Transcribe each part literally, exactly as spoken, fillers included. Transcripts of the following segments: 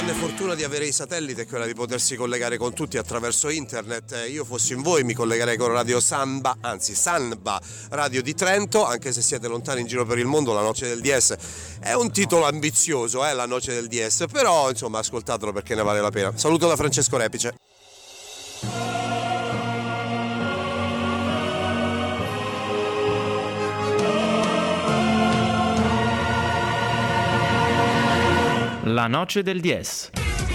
grande fortuna di avere i satelliti è quella di potersi collegare con tutti attraverso internet. Io fossi in voi mi collegherei con Radio Samba, anzi Sanba Radio di Trento, anche se siete lontani in giro per il mondo. La Noce del D S è un titolo ambizioso, eh, La Noce del D S, però insomma ascoltatelo perché ne vale la pena. Saluto da Francesco Repice. La Noce del D S.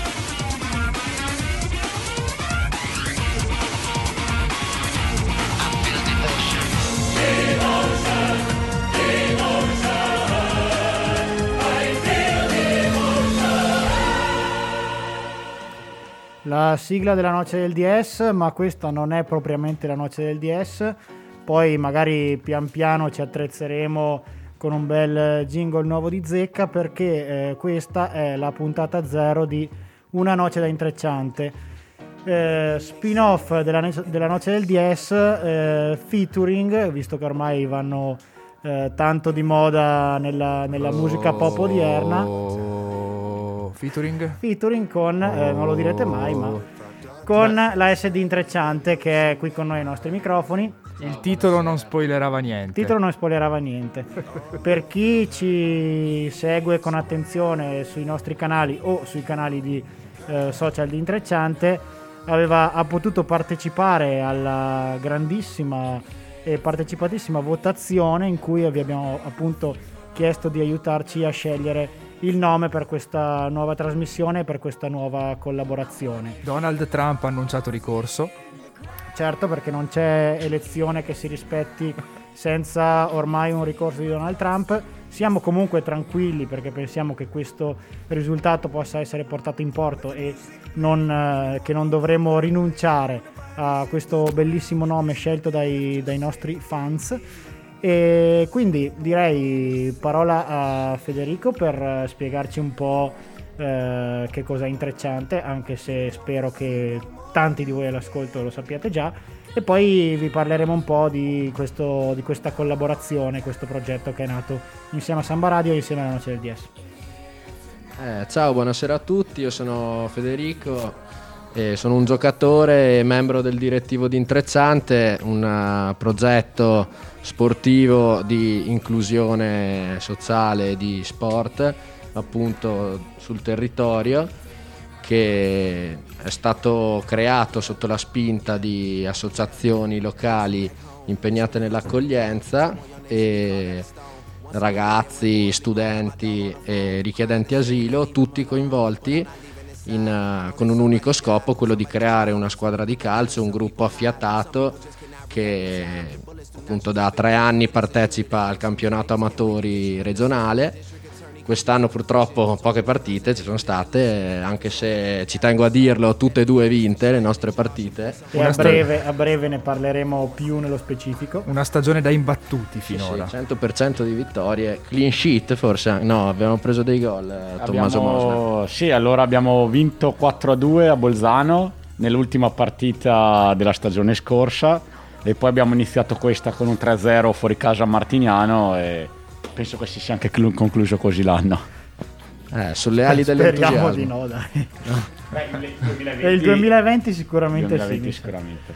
La sigla della Noce del D S, ma questa non è propriamente la Noce del D S. Poi magari pian piano ci attrezzeremo con un bel jingle nuovo di zecca, perché eh, questa è la puntata zero di Una Noce da Intrecciante, eh, spin-off della, della Noce del D S, eh, featuring, visto che ormai vanno eh, tanto di moda nella, nella oh, musica pop odierna. Featuring? Featuring con, eh, non lo direte mai, ma con Beh. la S D Intrecciante, che è qui con noi ai nostri microfoni. Il titolo non spoilerava niente. Il titolo non spoilerava niente. Per chi ci segue con attenzione sui nostri canali o sui canali di eh, social di Intrecciante, aveva, ha potuto partecipare alla grandissima e partecipatissima votazione in cui vi abbiamo appunto chiesto di aiutarci a scegliere il nome per questa nuova trasmissione e per questa nuova collaborazione. Donald Trump ha annunciato ricorso. Certo, perché non c'è elezione che si rispetti senza ormai un ricorso di Donald Trump. Siamo comunque tranquilli perché pensiamo che questo risultato possa essere portato in porto e non, eh, che non dovremo rinunciare a questo bellissimo nome scelto dai, dai nostri fans. E quindi direi parola a Federico per spiegarci un po' eh, che cos'è Intrecciante, anche se spero che tanti di voi all'ascolto lo sappiate già, e poi vi parleremo un po' di, questo, di questa collaborazione, questo progetto che è nato insieme a Samba Radio e insieme alla Noce del D S. Eh, ciao, buonasera a tutti, io sono Federico, eh, sono un giocatore e membro del direttivo di Intrecciante, un uh, progetto sportivo di inclusione sociale e di sport appunto sul territorio, che è stato creato sotto la spinta di associazioni locali impegnate nell'accoglienza e ragazzi, studenti e richiedenti asilo, tutti coinvolti in, uh, con un unico scopo, quello di creare una squadra di calcio, un gruppo affiatato che appunto da tre anni partecipa al campionato amatori regionale. Quest'anno purtroppo poche partite ci sono state, anche se ci tengo a dirlo, tutte e due vinte le nostre partite. E a breve, a breve ne parleremo più nello specifico. Una stagione da imbattuti finora. Sì, sì, cento per cento di vittorie, clean sheet forse, no, abbiamo preso dei gol, eh, Tommaso Mosna. Sì, allora abbiamo vinto quattro a due a Bolzano nell'ultima partita della stagione scorsa e poi abbiamo iniziato questa con un tre a zero fuori casa a Martignano e penso che si sia anche concluso così l'anno. Eh, sulle ali dell'entusiasmo. Speriamo di no, dai. Beh, il duemilaventi, il duemilaventi sicuramente il duemilaventi sì. Sicuramente.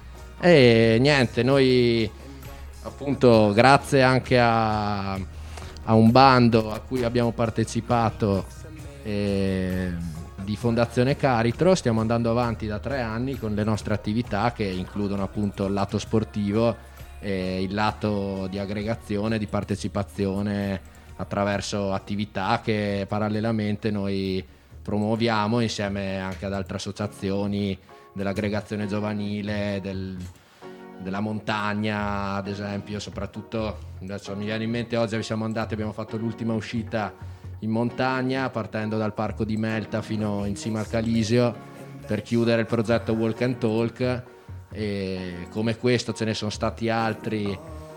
E niente, noi appunto grazie anche a, a un bando a cui abbiamo partecipato eh, di Fondazione Caritro stiamo andando avanti da tre anni con le nostre attività che includono appunto il lato sportivo e il lato di aggregazione, di partecipazione attraverso attività che parallelamente noi promuoviamo insieme anche ad altre associazioni dell'aggregazione giovanile, del, della montagna ad esempio, soprattutto adesso mi viene in mente oggi siamo andati, abbiamo fatto l'ultima uscita in montagna partendo dal parco di Melta fino in cima al Calisio per chiudere il progetto Walk and Talk. E come questo ce ne sono stati altri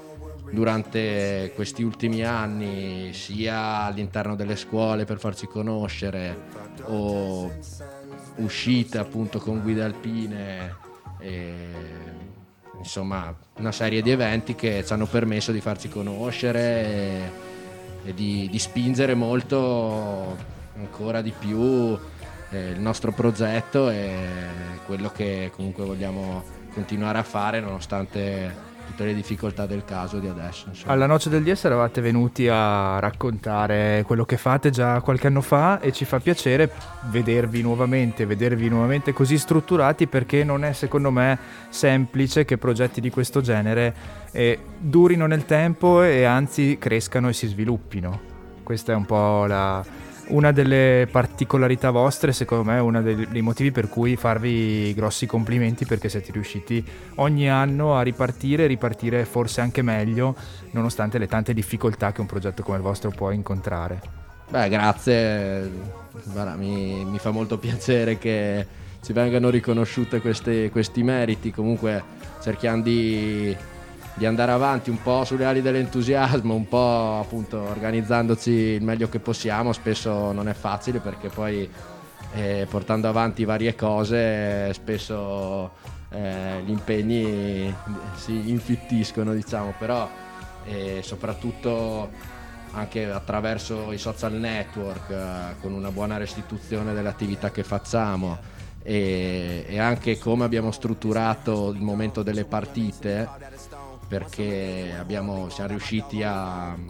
durante questi ultimi anni, sia all'interno delle scuole per farci conoscere o uscite appunto con guide alpine e, insomma una serie di eventi che ci hanno permesso di farci conoscere e, e di, di spingere molto ancora di più eh, il nostro progetto e quello che comunque vogliamo continuare a fare nonostante tutte le difficoltà del caso di adesso, insomma. Alla Noce del D S eravate venuti a raccontare quello che fate già qualche anno fa e ci fa piacere vedervi nuovamente, vedervi nuovamente così strutturati, perché non è secondo me semplice che progetti di questo genere eh, durino nel tempo e anzi crescano e si sviluppino. Questa è un po' la... una delle particolarità vostre, secondo me, uno dei, dei motivi per cui farvi grossi complimenti, perché siete riusciti ogni anno a ripartire, ripartire forse anche meglio, nonostante le tante difficoltà che un progetto come il vostro può incontrare. Beh, grazie, guarda, mi, mi fa molto piacere che ci vengano riconosciute queste, questi meriti. Comunque cerchiamo di... di andare avanti un po' sulle ali dell'entusiasmo, un po' appunto organizzandoci il meglio che possiamo. Spesso non è facile perché poi eh, portando avanti varie cose spesso eh, gli impegni si infittiscono, diciamo, però eh, soprattutto anche attraverso i social network, eh, con una buona restituzione delle attività che facciamo e, e anche come abbiamo strutturato il momento delle partite, perché abbiamo, siamo riusciti a, a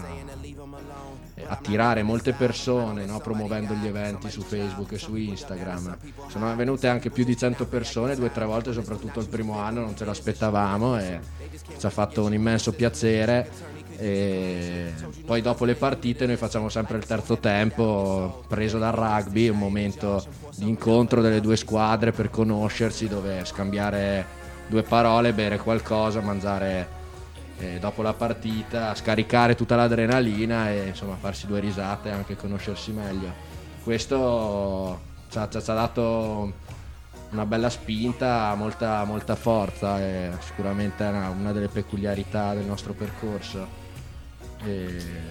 attirare molte persone, no? Promuovendo gli eventi su Facebook e su Instagram. Sono venute anche più di cento persone due o tre volte, soprattutto il primo anno, non ce l'aspettavamo e ci ha fatto un immenso piacere. E poi dopo le partite noi facciamo sempre il terzo tempo preso dal rugby, un momento di incontro delle due squadre per conoscersi, dove scambiare due parole, bere qualcosa, mangiare eh, dopo la partita, scaricare tutta l'adrenalina e insomma farsi due risate e anche conoscersi meglio. Questo ci ha, ci ha dato una bella spinta, molta, molta forza e sicuramente è una, una delle peculiarità del nostro percorso. E...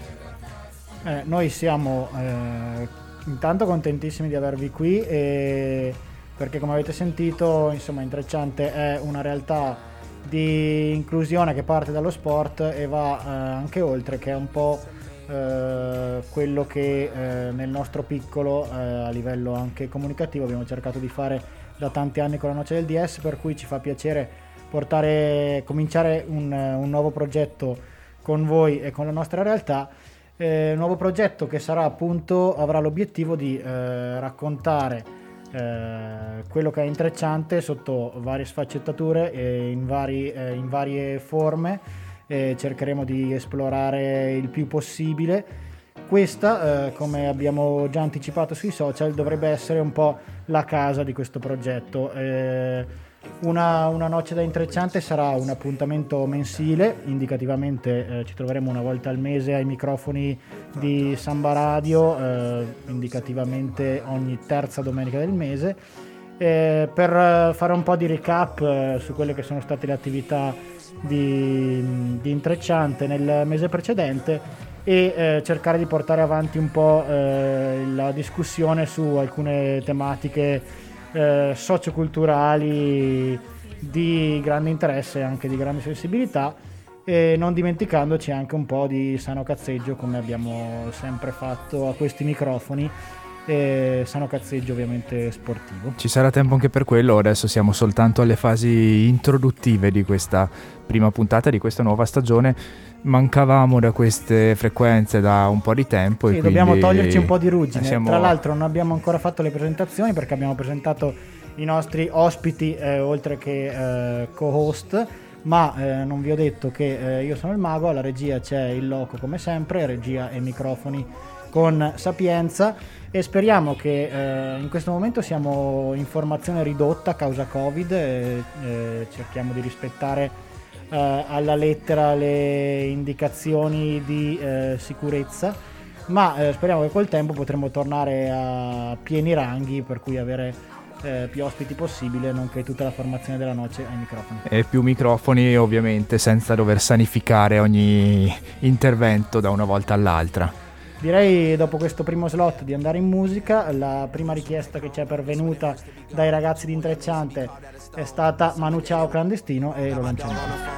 Eh, noi siamo eh, intanto contentissimi di avervi qui e... perché come avete sentito, insomma, Intrecciante è una realtà di inclusione che parte dallo sport e va eh, anche oltre, che è un po' eh, quello che eh, nel nostro piccolo eh, a livello anche comunicativo abbiamo cercato di fare da tanti anni con la Noce del D S, per cui ci fa piacere portare, cominciare un, un nuovo progetto con voi e con la nostra realtà. Eh, un nuovo progetto che sarà appunto, avrà l'obiettivo di eh, raccontare Eh, quello che è Intrecciante sotto varie sfaccettature e in, vari, eh, in varie forme, e cercheremo di esplorare il più possibile. Questa, eh, come abbiamo già anticipato sui social, dovrebbe essere un po' la casa di questo progetto. Eh, una, una noce da Intrecciante sarà un appuntamento mensile, indicativamente eh, ci troveremo una volta al mese ai microfoni di Samba Radio, eh, indicativamente ogni terza domenica del mese, eh, per fare un po' di recap eh, su quelle che sono state le attività di, di Intrecciante nel mese precedente e eh, cercare di portare avanti un po' eh, la discussione su alcune tematiche Eh, socioculturali di grande interesse e anche di grande sensibilità, e non dimenticandoci anche un po' di sano cazzeggio, come abbiamo sempre fatto a questi microfoni, e sano cazzeggio ovviamente sportivo. Ci sarà tempo anche per quello, adesso siamo soltanto alle fasi introduttive di questa prima puntata di questa nuova stagione. Mancavamo da queste frequenze da un po' di tempo sì, e dobbiamo quindi toglierci un po' di ruggine. siamo... Tra l'altro non abbiamo ancora fatto le presentazioni, perché abbiamo presentato i nostri ospiti eh, oltre che eh, co-host, ma eh, non vi ho detto che eh, io sono il mago, alla regia c'è il loco come sempre, regia e microfoni con sapienza, e speriamo che eh, in questo momento siamo in formazione ridotta a causa Covid, e, eh, cerchiamo di rispettare Uh, alla lettera le indicazioni di uh, sicurezza, ma uh, speriamo che col tempo potremo tornare a pieni ranghi, per cui avere uh, più ospiti possibile, nonché tutta la formazione della noce ai microfoni. E più microfoni, ovviamente, senza dover sanificare ogni intervento da una volta all'altra. Direi, dopo questo primo slot, di andare in musica. La prima richiesta che ci è pervenuta dai ragazzi di Intrecciante è stata Manu Ciao Clandestino, e lo lanciamo.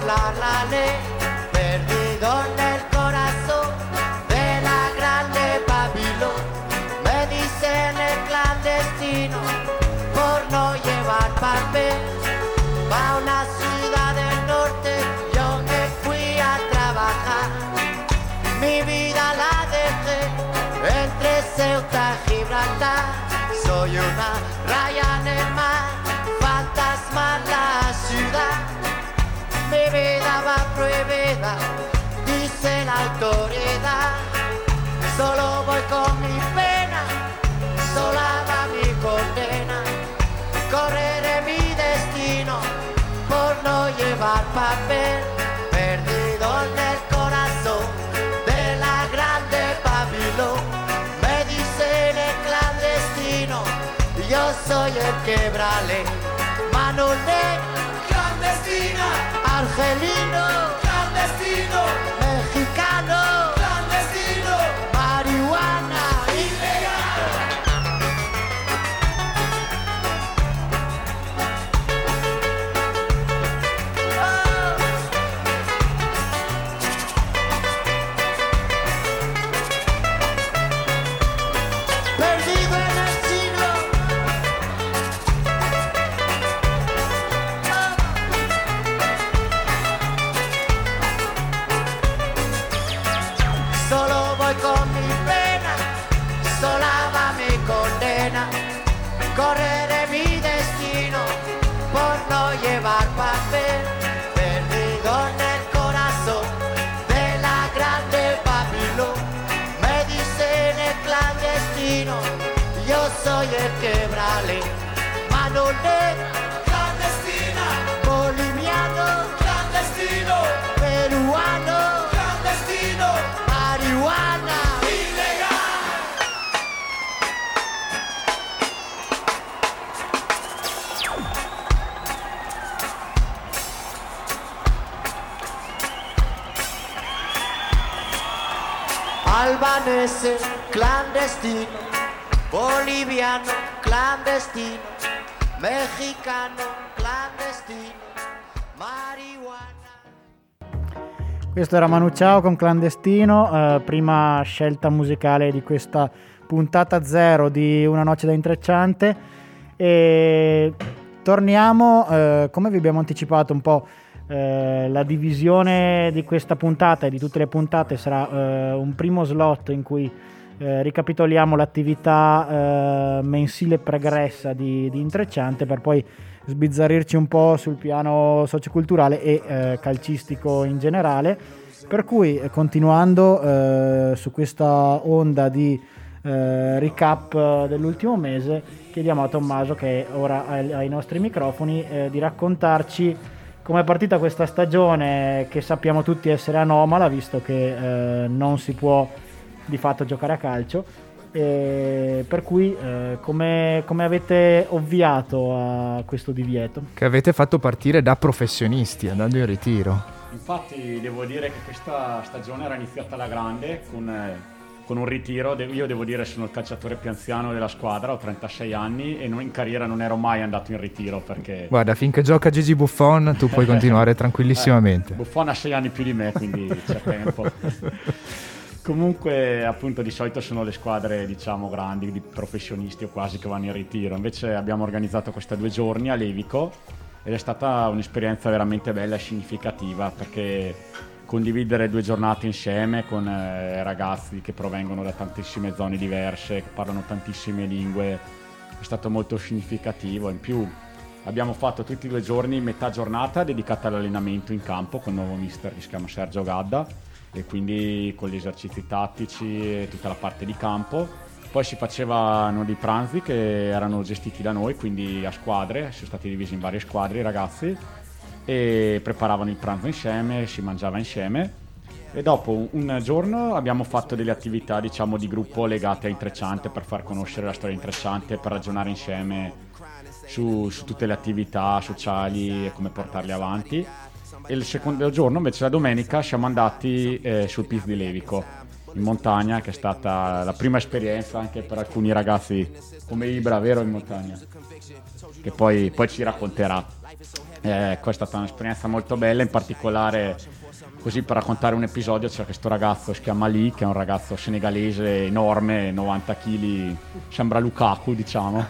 burlar la ley, perdido en el corazón de la grande Babilón. Me dicen el clandestino por no llevar papel. Pa' una ciudad del norte yo me fui a trabajar. Mi vida la dejé entre Ceuta y Gibraltar. Soy una raya en el mar, fantasma en la ciudad. Mi vida va prohibida, dice la autoridad. Solo voy con mi pena, sola va mi condena. Correré mi destino por no llevar papel, perdido en el corazón de la grande Babilón. Me dicen el clandestino, yo soy el quebrale. Manolé, clandestina. Argelino, clandestino. Mexicano, clandestino. Marihuana, ilegal. Oh. Perdido en el chino. Solo voy con mi pena, sola va mi condena. Correré mi destino por no llevar papel, perdido en el corazón de la grande Babilón. Me dicen el clandestino, yo soy el quebrale. Manolera, clandestina. Boliviano, clandestino. Peruano, clandestino. Marihuana, ilegal. Albanese, clandestino. Boliviano, clandestino. Mexicano, clandestino. Marihuana. Questo era Manu Chao con Clandestino, eh, prima scelta musicale di questa puntata zero di Una Noce da Intrecciante. E torniamo, eh, come vi abbiamo anticipato un po', eh, la divisione di questa puntata e di tutte le puntate sarà eh, un primo slot in cui eh, ricapitoliamo l'attività eh, mensile pregressa di, di Intrecciante, per poi sbizzarrirci un po' sul piano socioculturale e eh, calcistico in generale, per cui eh, continuando eh, su questa onda di eh, recap dell'ultimo mese, chiediamo a Tommaso, che è ora ai, ai nostri microfoni, eh, di raccontarci come è partita questa stagione, che sappiamo tutti essere anomala, visto che eh, non si può di fatto giocare a calcio. E per cui eh, come, come avete ovviato a questo divieto? Che avete fatto partire da professionisti andando in ritiro. Infatti devo dire che questa stagione era iniziata alla grande con, eh, con un ritiro. Io devo dire sono il calciatore più anziano della squadra, ho trentasei anni e non, in carriera non ero mai andato in ritiro perché... Guarda, finché gioca Gigi Buffon tu puoi continuare tranquillissimamente. Eh, Buffon ha sei anni più di me, quindi c'è tempo. Comunque appunto di solito sono le squadre diciamo grandi di professionisti o quasi che vanno in ritiro, invece abbiamo organizzato questa due giorni a Levico ed è stata un'esperienza veramente bella e significativa, perché condividere due giornate insieme con eh, ragazzi che provengono da tantissime zone diverse, che parlano tantissime lingue, è stato molto significativo. In più abbiamo fatto tutti i due giorni metà giornata dedicata all'allenamento in campo con il nuovo mister che si chiama Sergio Gadda, e quindi con gli esercizi tattici e tutta la parte di campo. Poi si facevano dei pranzi che erano gestiti da noi, quindi a squadre, sono stati divisi in varie squadre i ragazzi e preparavano il pranzo insieme, si mangiava insieme. E dopo un giorno abbiamo fatto delle attività diciamo di gruppo legate a Intrecciante, per far conoscere la storia Intrecciante, per ragionare insieme su, su tutte le attività sociali e come portarle avanti. E il secondo giorno, invece la domenica, siamo andati eh, sul P I S di Levico, in montagna, che è stata la prima esperienza anche per alcuni ragazzi come Ibra, vero, in montagna, che poi, poi ci racconterà. Eh, questa è stata un'esperienza molto bella, in particolare, così per raccontare un episodio, c'è questo ragazzo, si chiama Lee, che è un ragazzo senegalese enorme, novanta chili, sembra Lukaku, diciamo.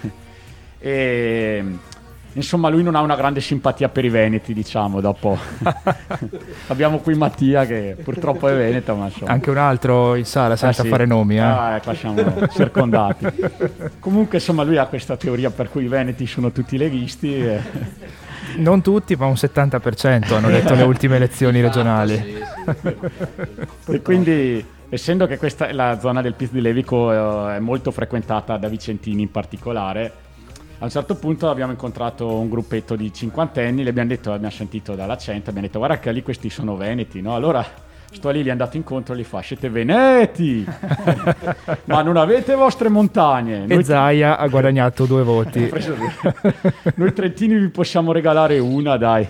E insomma lui non ha una grande simpatia per i veneti, diciamo. Dopo abbiamo qui Mattia, che purtroppo è veneto, ma insomma. Anche un altro in sala, senza Ah, sì. fare nomi, eh. Ah, ecco, siamo circondati. Comunque insomma lui ha questa teoria per cui i veneti sono tutti leghisti e... Non tutti, ma un settanta per cento hanno detto le ultime elezioni regionali. Sì, sì. E quindi, essendo che questa la zona del Piz di Levico eh, è molto frequentata da vicentini in particolare, a un certo punto abbiamo incontrato un gruppetto di cinquantenni, le abbiamo detto, abbiamo sentito dall'accento, abbiamo detto guarda che lì questi sono veneti, no? Allora sto lì, gli è andato incontro e gli fa siete veneti ma non avete vostre montagne. E Noi Zaia ha guadagnato due voti. preso due. Noi trentini vi possiamo regalare una, dai.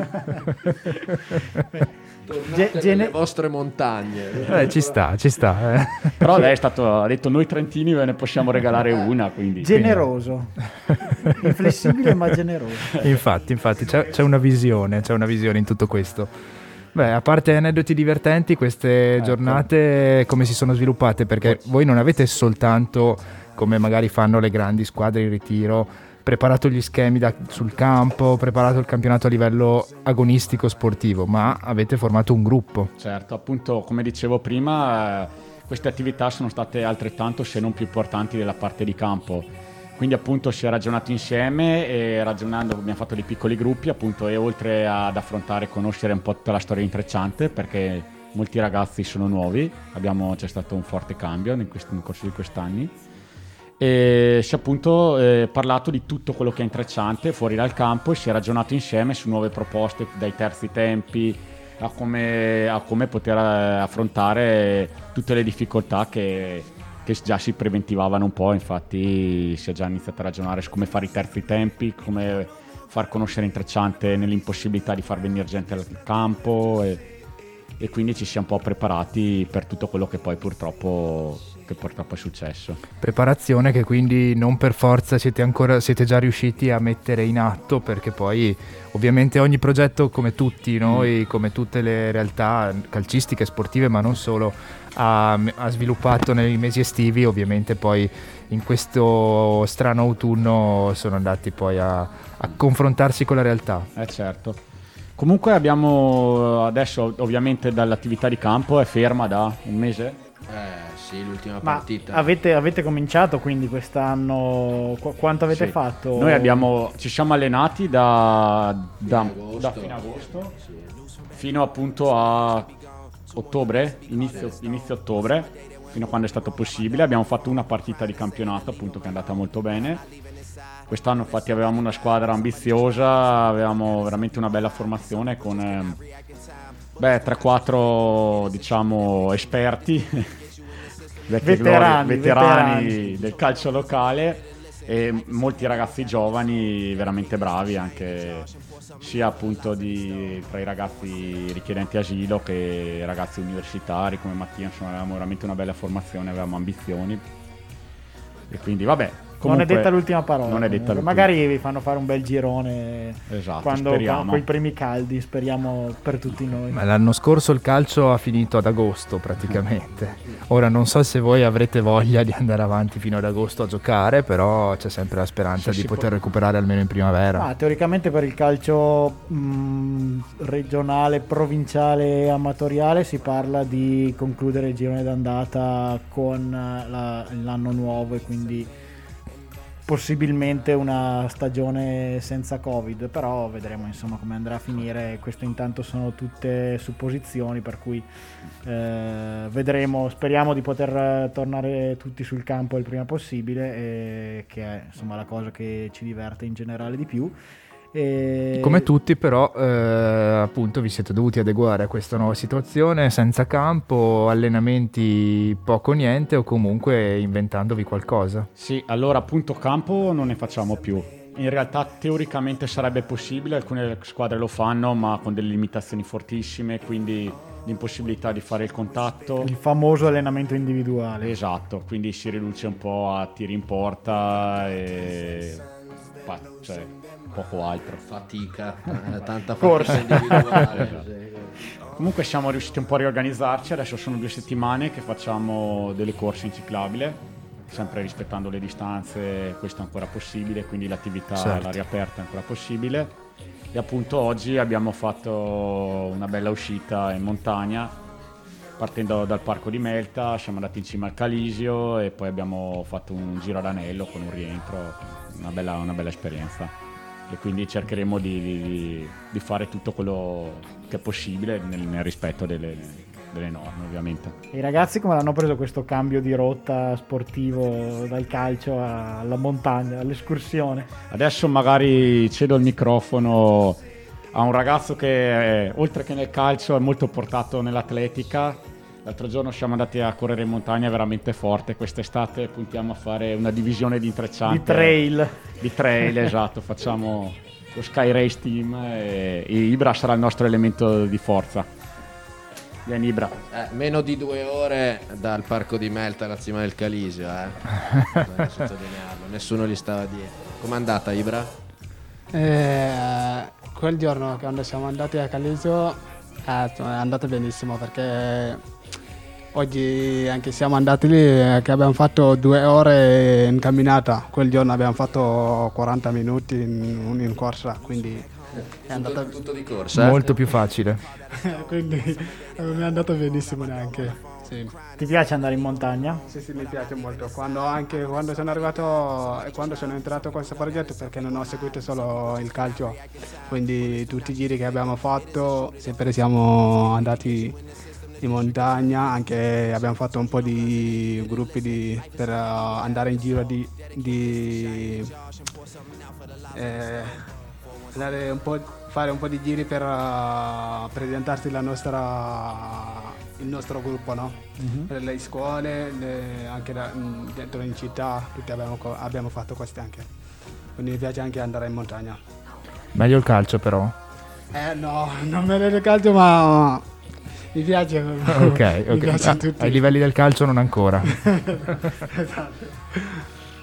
Ge- gene- Le vostre montagne. Eh, ci sta, ci sta. Eh. Però lei è stato, ha detto noi trentini ve ne possiamo regalare una, quindi generoso, inflessibile ma generoso. Infatti, infatti, c'è, c'è una visione, c'è una visione in tutto questo. Beh, a parte aneddoti divertenti, queste giornate come si sono sviluppate? Perché voi non avete soltanto, come magari fanno le grandi squadre in ritiro, preparato gli schemi da, sul campo, preparato il campionato a livello agonistico sportivo, ma avete formato un gruppo. certo, appunto come dicevo prima, eh, queste attività sono state altrettanto se non più importanti della parte di campo, quindi appunto si è ragionato insieme e ragionando abbiamo fatto dei piccoli gruppi appunto, e oltre ad affrontare e conoscere un po' tutta la storia intrecciante, perché molti ragazzi sono nuovi, abbiamo, c'è stato un forte cambio in questo, nel corso di quest'anni, e si è appunto eh, parlato di tutto quello che è intrecciante fuori dal campo e si è ragionato insieme su nuove proposte, dai terzi tempi a come, a come poter eh, affrontare tutte le difficoltà che, che già si preventivano un po'. Infatti si è già iniziato a ragionare su come fare i terzi tempi, come far conoscere intrecciante nell'impossibilità di far venire gente al campo, e, e quindi ci siamo un po' preparati per tutto quello che poi purtroppo che purtroppo è successo. Preparazione che quindi non per forza siete ancora siete già riusciti a mettere in atto, perché poi ovviamente ogni progetto, come tutti noi, mm. come tutte le realtà calcistiche, sportive, ma non solo, ha, ha sviluppato nei mesi estivi. Ovviamente poi in questo strano autunno sono andati poi a, a confrontarsi con la realtà. Eh certo. Comunque abbiamo adesso ovviamente dall'attività di campo è ferma da un mese. Eh sì, l'ultima Ma partita. avete, avete cominciato quindi quest'anno? Qu- quanto avete Sì. fatto? Noi abbiamo, ci siamo allenati da, da, Fine agosto. da fine agosto fino appunto a ottobre, inizio, inizio ottobre, fino a quando è stato possibile. Abbiamo fatto una partita di campionato appunto che è andata molto bene. Quest'anno infatti avevamo una squadra ambiziosa, avevamo veramente una bella formazione con eh, beh, tre quattro diciamo esperti, vecchie Veterani, glorie, veterani, veterani del calcio locale, e molti ragazzi giovani veramente bravi, anche sia appunto di, tra i ragazzi richiedenti asilo che ragazzi universitari come Mattia. Insomma avevamo veramente una bella formazione, avevamo ambizioni, e quindi vabbè. Comunque, non è detta l'ultima parola. non è detta l'ultima. Magari vi fanno fare un bel girone, Esatto, quando speriamo. con i primi caldi, speriamo per tutti noi. Ma l'anno scorso il calcio ha finito ad agosto praticamente. Ora non so se voi avrete voglia di andare avanti fino ad agosto a giocare, però c'è sempre la speranza Sì, di si poter può. recuperare almeno in primavera. Ah, teoricamente per il calcio mh, regionale, provinciale e amatoriale si parla di concludere il girone d'andata con la- l'anno nuovo, e quindi possibilmente una stagione senza Covid, però vedremo insomma come andrà a finire. Questo intanto sono tutte supposizioni, per cui eh, vedremo. Speriamo di poter tornare tutti sul campo il prima possibile, e che è insomma la cosa che ci diverte in generale di più. E... Come tutti però eh, appunto vi siete dovuti adeguare a questa nuova situazione, senza campo, allenamenti poco niente, o comunque inventandovi qualcosa. Sì, allora appunto campo non ne facciamo più. In realtà teoricamente sarebbe possibile, alcune squadre lo fanno, ma con delle limitazioni fortissime, quindi l'impossibilità di fare il contatto. il famoso allenamento individuale. Esatto, quindi si riduce un po' a tiri in porta e... cioè, poco altro. Fatica, eh, tanta Corsa. fatica individuale. Comunque siamo riusciti un po' a riorganizzarci, adesso sono due settimane che facciamo delle corse in ciclabile, sempre rispettando le distanze, questo è ancora possibile, quindi l'attività Certo. all'aria aperta è ancora possibile. E appunto oggi abbiamo fatto una bella uscita in montagna, partendo dal parco di Melta, siamo andati in cima al Calisio e poi abbiamo fatto un giro ad Anello con un rientro, una bella, una bella esperienza. E quindi cercheremo di, di, di fare tutto quello che è possibile nel, nel rispetto delle, delle norme, ovviamente. I ragazzi come l'hanno preso questo cambio di rotta sportivo dal calcio alla montagna, all'escursione? Adesso magari cedo il microfono a un ragazzo che, eh, oltre che nel calcio, è molto portato nell'atletica. L'altro giorno siamo andati a correre in montagna veramente forte. Quest'estate puntiamo a fare una divisione di intrecciante. Di trail. Di trail, esatto. Facciamo lo Sky Race Team e, e Ibra sarà il nostro elemento di forza. Vieni Ibra. Eh, meno di due ore dal parco di Melta alla cima del Calisio, eh. Bisogna sottolinearlo, nessuno gli stava dietro. Com'è andata Ibra? Eh, quel giorno quando siamo andati a Calisio eh, è andato benissimo perché oggi anche siamo andati lì eh, che abbiamo fatto due ore in camminata, quel giorno abbiamo fatto quaranta minuti in, in corsa, quindi è andata Tutto, tutto di corsa, eh? Molto più facile. quindi eh, mi è andato benissimo neanche. Sì. Ti piace andare in montagna? Sì, sì, mi piace molto. Quando, anche quando sono arrivato e quando sono entrato in questo progetto, perché non ho seguito solo il calcio, quindi tutti i giri che abbiamo fatto, sempre siamo andati in montagna, anche abbiamo fatto un po' di gruppi di, per uh, andare in giro di, di eh, andare un po', fare un po' di giri per uh, presentarsi la nostra il nostro gruppo, no? Mm-hmm. Per le scuole, le, anche da, dentro in città, tutti abbiamo, abbiamo fatto queste anche. Quindi mi piace anche andare in montagna. Meglio il calcio però. Eh no, non me ne calcio, ma mi piace. Ok, mi ok. piace Ah, tutti. ai livelli del calcio non ancora. Esatto.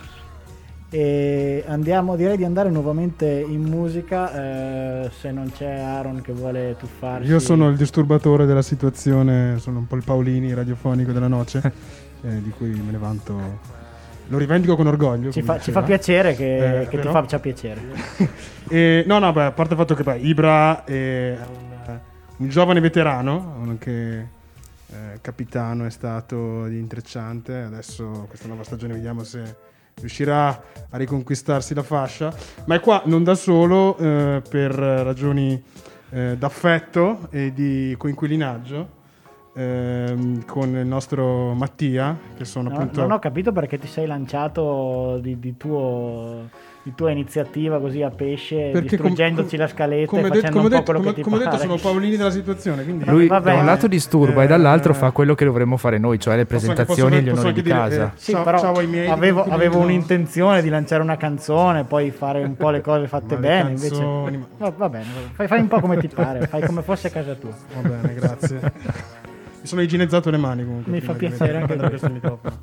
E andiamo, direi di andare nuovamente in musica, eh, se non c'è Aaron che vuole tuffarsi. Io sono il disturbatore della situazione, sono un po' il Paolini radiofonico della noce, eh, di cui me ne vanto, lo rivendico con orgoglio. Ci come fa, ci diceva. fa piacere che, Eh, che ti però- faccia piacere. E, no, no, beh, a parte il fatto che beh, Ibra è un, un giovane veterano, anche eh, capitano è stato di Intrecciante, adesso questa nuova stagione vediamo se riuscirà a riconquistarsi la fascia, ma è qua non da solo, eh, per ragioni eh, d'affetto e di coinquilinaggio ehm, con il nostro Mattia, che sono No, appunto... non ho capito perché ti sei lanciato di, di tuo di tua iniziativa così a pesce, Perché com- distruggendoci com- la scaletta come e detto- facendo come un po' detto- quello come- che ti come pare. detto sono Paolini della situazione, quindi Lui Va da bene. un lato disturba Eh, e dall'altro eh. fa quello che dovremmo fare noi, cioè le Posso anche- presentazioni e gli posso onori anche di dire, casa. eh, Sì, ciao- però ciao ai miei avevo, coinquilini, avevo no? un'intenzione di lanciare una canzone, poi fare un po' le cose fatte Ma le bene. canzoni, Invece, ma- va, va bene, fai, fai un po' come ti pare, fai come fosse casa tua. Va bene, grazie. Mi sono igienizzato le mani comunque. Mi prima fa di piacere mettere- anche prendere questo microfono.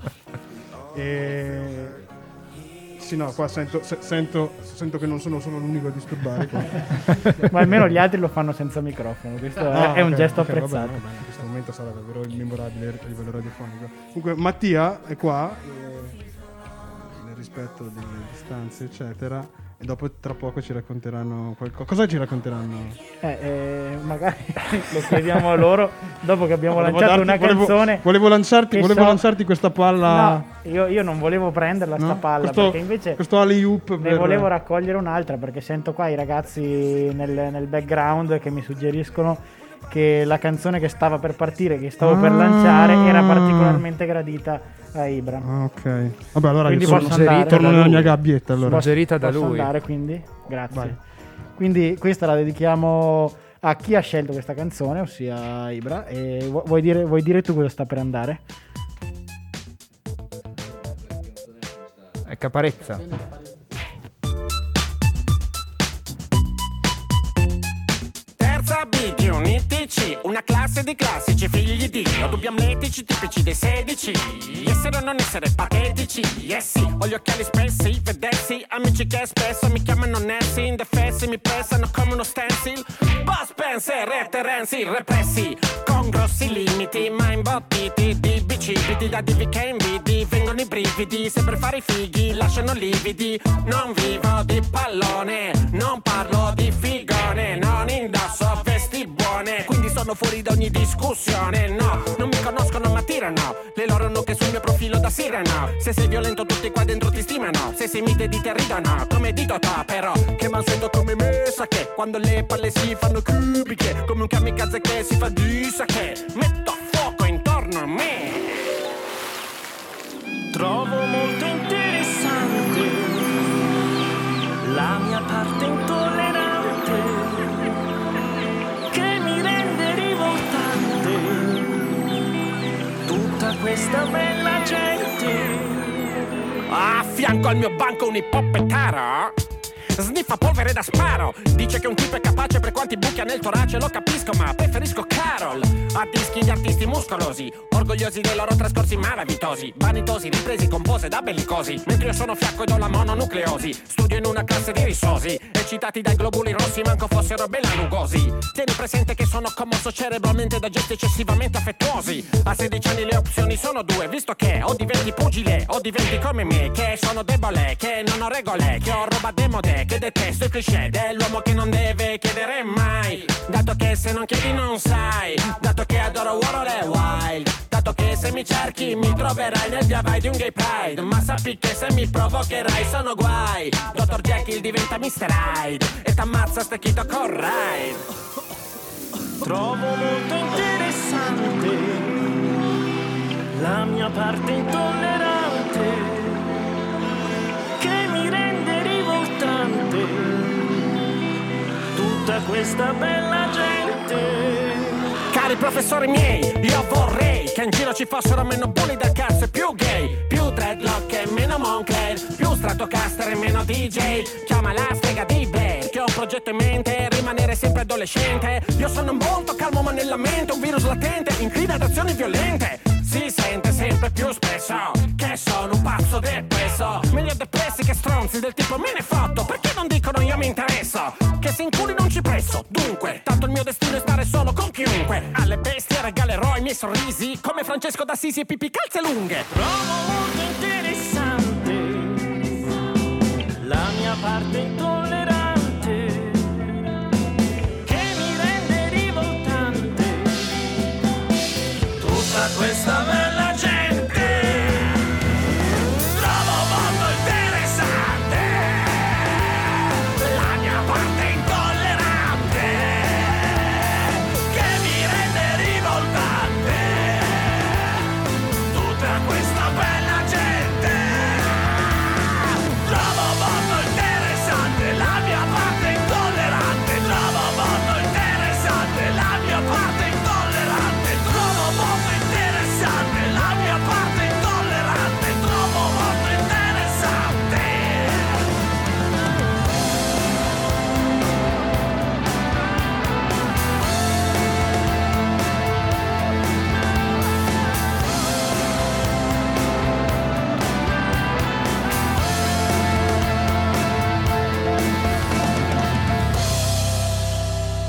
E... Sì, no, qua sento, se- sento, sento che non sono solo l'unico a disturbare. Ma almeno gli altri lo fanno senza microfono. Questo è, Ah, è un ok, gesto ok, va bene, apprezzato. va bene, in questo momento sarà davvero immemorabile a livello radiofonico. Comunque Mattia è qua, eh, nel rispetto delle distanze, eccetera. E dopo tra poco ci racconteranno qualcosa. Cosa ci racconteranno? Eh, eh, magari lo chiediamo a loro dopo che abbiamo Volevo lanciato darti- una volevo- canzone. Volevo lanciarti, che volevo so- lanciarti questa palla. No, io, io non volevo prenderla sta no? palla questo, perché invece questo alley-oop ne per- volevo raccogliere un'altra perché sento qua i ragazzi nel, nel background che mi suggeriscono che la canzone che stava per partire, che stavo per Ah. lanciare, era particolarmente gradita a Ibra. Ah, ok. Vabbè, allora Quindi io posso torno, andare? torno Da nella lui. mia gabbietta. Allora. Posso- Suggerita da posso lui. andare quindi? Grazie. Vai. Quindi questa la dedichiamo a chi ha scelto questa canzone, ossia Ibra. E vu- vuoi dire, vuoi dire tu cosa sta per andare? È Caparezza. Terza B, maschi unitici, una classe di classici figli di Dio, dubbi amletici tipici dei sedici, essere o non essere patetici, yes sì, ho gli occhiali spessi, vedessi, amici che spesso mi chiamano Nessi, indefessi, mi pressano come uno stencil, Buzz Spencer e Terenzi, repressi, con grossi limiti, ma imbottiti di bicipiti, da divi che invidi, vengono i brividi, sempre fare i fighi, lasciano lividi, non vivo di pallone, non parlo di figone, non indosso vesti buone, quindi sono fuori da ogni discussione, no, non mi conoscono ma tirano, le loro nuche sul mio profilo da sireno, se sei violento tutti qua dentro ti stimano, se sei mite di te ridono, come di Totò però, che mansueto come me sa che, quando le palle si fanno cubiche, come un kamikaze che si fa di sa che, metto a fuoco intorno a me. Trovo molto interessante la mia parte intollerante che mi rende rivoltante tutta questa bella gente. A fianco al mio banco un ippopettaro sniffa polvere da sparo, dice che un tipo è capace per quanti buchi ha nel torace, lo capisco ma preferisco Carol a dischi di artisti muscolosi, orgogliosi dei loro trascorsi malavitosi, vanitosi, ripresi, compose da bellicosi, mentre io sono fiacco ed ho la mononucleosi, studio in una classe di risosi, eccitati dai globuli rossi manco fossero belanugosi, tieni presente che sono commosso cerebralmente da gesti eccessivamente affettuosi, a sedici anni le opzioni sono due, visto che o diventi pugile o diventi come me, che sono debole, che non ho regole, che ho roba demode, che detesto il cliché dell'uomo che non deve chiedere mai, dato che se non chiedi non sai, dato che adoro Warhol e Wild, dato che se mi cerchi mi troverai nel via vai di un gay pride, ma sappi che se mi provocherai sono guai, dottor Jekyll diventa mister Hyde e t'ammazza stecchito con ride. Trovo molto interessante la mia parte intollerante che mi rende rivoltante tutta questa bella gente. Cari professori miei, io vorrei che in giro ci fossero meno bulli del cazzo e più gay, più dreadlock e meno Moncler, più Stratocaster e meno D J. Chiama la strega di Blair, che ho un progetto in mente, rimanere sempre adolescente. Io sono molto calmo ma nella mente un virus latente, inclina ad azioni violente. Si sente sempre più spesso che sono un pazzo depresso, meglio depressi che stronzi del tipo me ne fotto, perché non dicono io mi interesso, che se inculi non ci presso, dunque tanto il mio destino è stare solo con chiunque, alle bestie regalerò i miei sorrisi come Francesco d'Assisi e Pippi calze lunghe. Trovo molto interessante